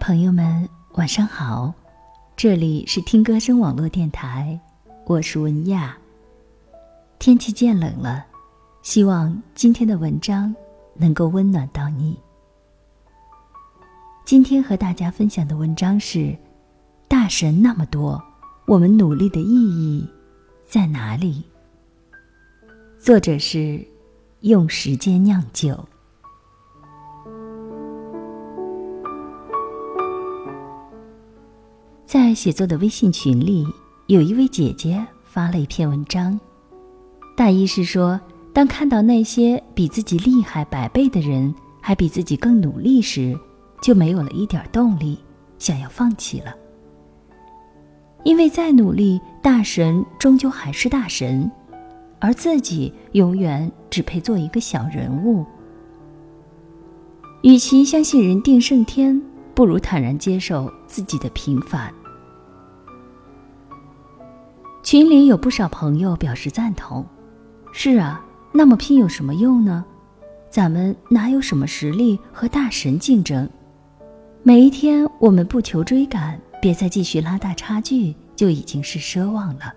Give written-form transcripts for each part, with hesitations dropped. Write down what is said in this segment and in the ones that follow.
朋友们，晚上好，这里是听歌声网络电台，我是文亚。天气渐冷了，希望今天的文章能够温暖到你。今天和大家分享的文章是大神那么多，我们努力的意义在哪里？作者是用时间酿酒。在写作的微信群里，有一位姐姐发了一篇文章，大意是说，当看到那些比自己厉害100倍的人还比自己更努力时，就没有了一点动力，想要放弃了。因为再努力，大神终究还是大神，而自己永远只配做一个小人物。与其相信人定胜天，不如坦然接受自己的平凡。群里有不少朋友表示赞同。是啊，那么拼有什么用呢？咱们哪有什么实力和大神竞争？每一天我们不求追赶，别再继续拉大差距，就已经是奢望了。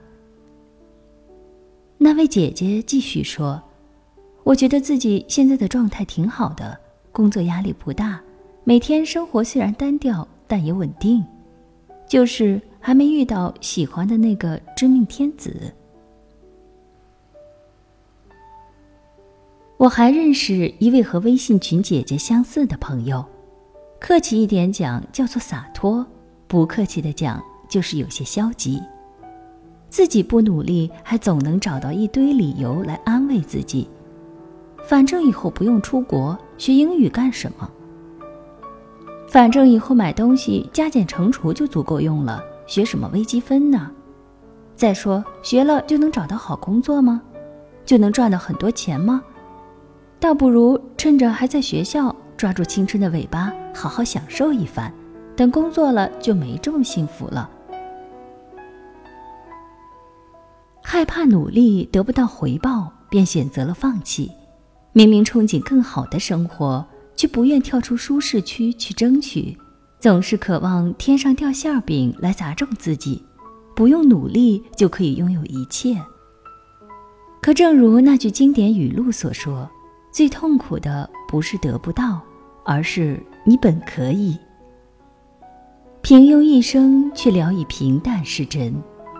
那位姐姐继续说，我觉得自己现在的状态挺好的，工作压力不大，每天生活虽然单调，但也稳定，就是还没遇到喜欢的那个真命天子。我还认识一位和微信群姐姐相似的朋友，客气一点讲叫做洒脱，不客气的讲就是有些消极。自己不努力，还总能找到一堆理由来安慰自己，反正以后不用出国，学英语干什么？反正以后买东西加减乘除就足够用了，学什么微积分呢？再说，学了就能找到好工作吗？就能赚到很多钱吗？倒不如趁着还在学校，抓住青春的尾巴，好好享受一番，等工作了就没这么幸福了。害怕努力得不到回报，便选择了放弃。明明憧憬更好的生活，却不愿跳出舒适区去争取，总是渴望天上掉馅饼来砸中自己，不用努力就可以拥有一切。可正如那句经典语录所说，最痛苦的不是得不到，而是你本可以。平庸一生，却聊以平淡是真。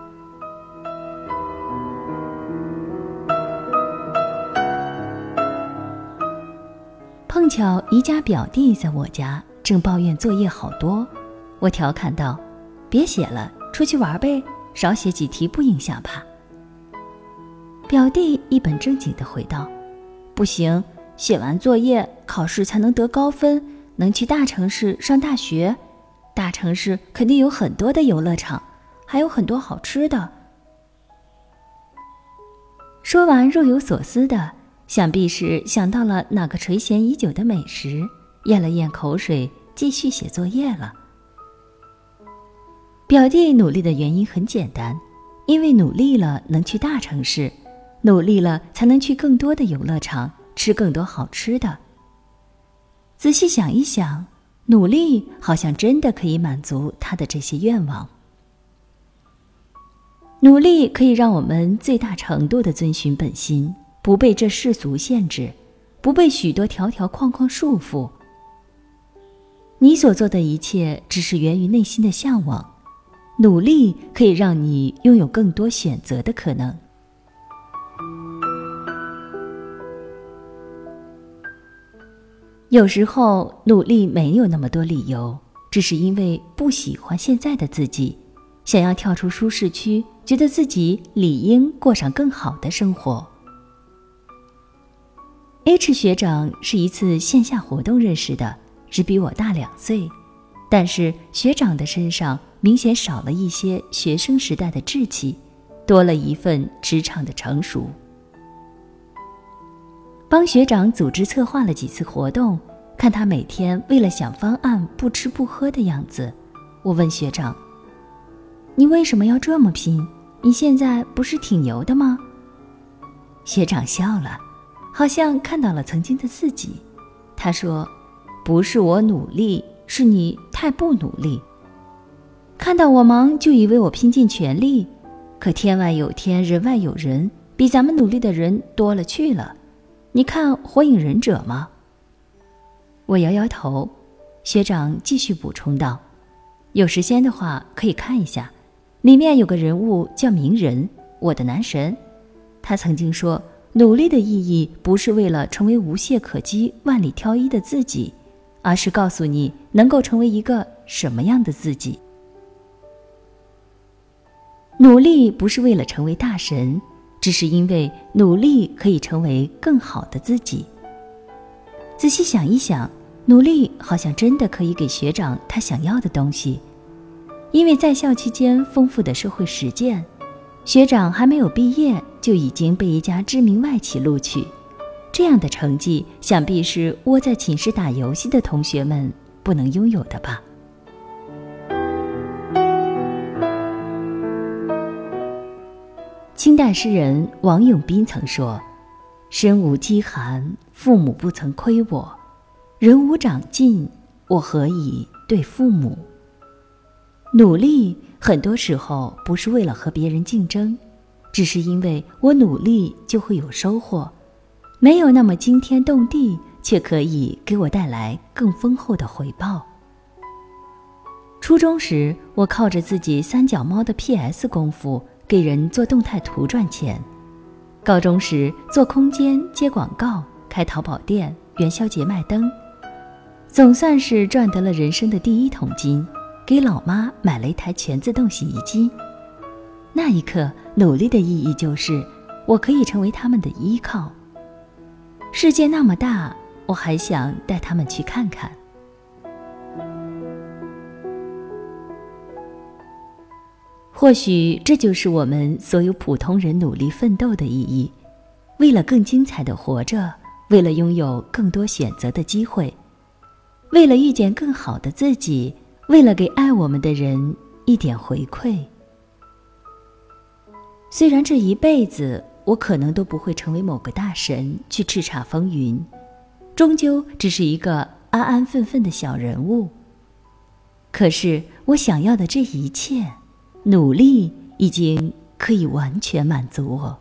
碰巧宜家表弟在我家，正抱怨作业好多，我调侃道，别写了，出去玩呗，少写几题不影响吧。表弟一本正经地回道，不行，写完作业考试才能得高分，能去大城市上大学，大城市肯定有很多的游乐场，还有很多好吃的。说完若有所思的，想必是想到了哪个垂涎已久的美食，咽了咽口水，继续写作业了。表弟努力的原因很简单，因为努力了能去大城市，努力了才能去更多的游乐场，吃更多好吃的。仔细想一想，努力好像真的可以满足他的这些愿望。努力可以让我们最大程度地遵循本心，不被这世俗限制，不被许多条条框框束缚。你所做的一切只是源于内心的向往，努力可以让你拥有更多选择的可能。有时候努力没有那么多理由，只是因为不喜欢现在的自己，想要跳出舒适区，觉得自己理应过上更好的生活。H 学长是一次线下活动认识的，只比我大2岁，但是学长的身上明显少了一些学生时代的稚气，多了一份职场的成熟。帮学长组织策划了几次活动，看他每天为了想方案不吃不喝的样子，我问学长，你为什么要这么拼？你现在不是挺牛的吗？学长笑了，好像看到了曾经的自己。他说，不是我努力， 是你太不努力。看到我忙就以为我拼尽全力，可天外有天，人外有人，比咱们努力的人多了去了。你看火影忍者吗？我摇摇头，学长继续补充道，有时间的话可以看一下，里面有个人物叫鸣人，我的男神。他曾经说，努力的意义不是为了成为无懈可击、万里挑一的自己，而是告诉你能够成为一个什么样的自己。努力不是为了成为大神，只是因为努力可以成为更好的自己。仔细想一想，努力好像真的可以给学长他想要的东西。因为在校期间丰富的社会实践，学长还没有毕业就已经被一家知名外企录取，这样的成绩想必是窝在寝室打游戏的同学们不能拥有的吧。清代诗人王永斌曾说，身无饥寒，父母不曾亏我，人无长进，我何以对父母。努力很多时候不是为了和别人竞争，只是因为我努力就会有收获，没有那么惊天动地，却可以给我带来更丰厚的回报。初中时，我靠着自己三脚猫的 PS 功夫给人做动态图赚钱。高中时做空间、接广告、开淘宝店、元宵节卖灯，总算是赚得了人生的第一桶金，给老妈买了一台全自动洗衣机。那一刻，努力的意义就是我可以成为他们的依靠。世界那么大，我还想带他们去看看。或许这就是我们所有普通人努力奋斗的意义，为了更精彩的活着，为了拥有更多选择的机会，为了遇见更好的自己，为了给爱我们的人一点回馈。虽然这一辈子我可能都不会成为某个大神去叱咤风云，终究只是一个安安分分的小人物，可是我想要的这一切，努力已经可以完全满足我。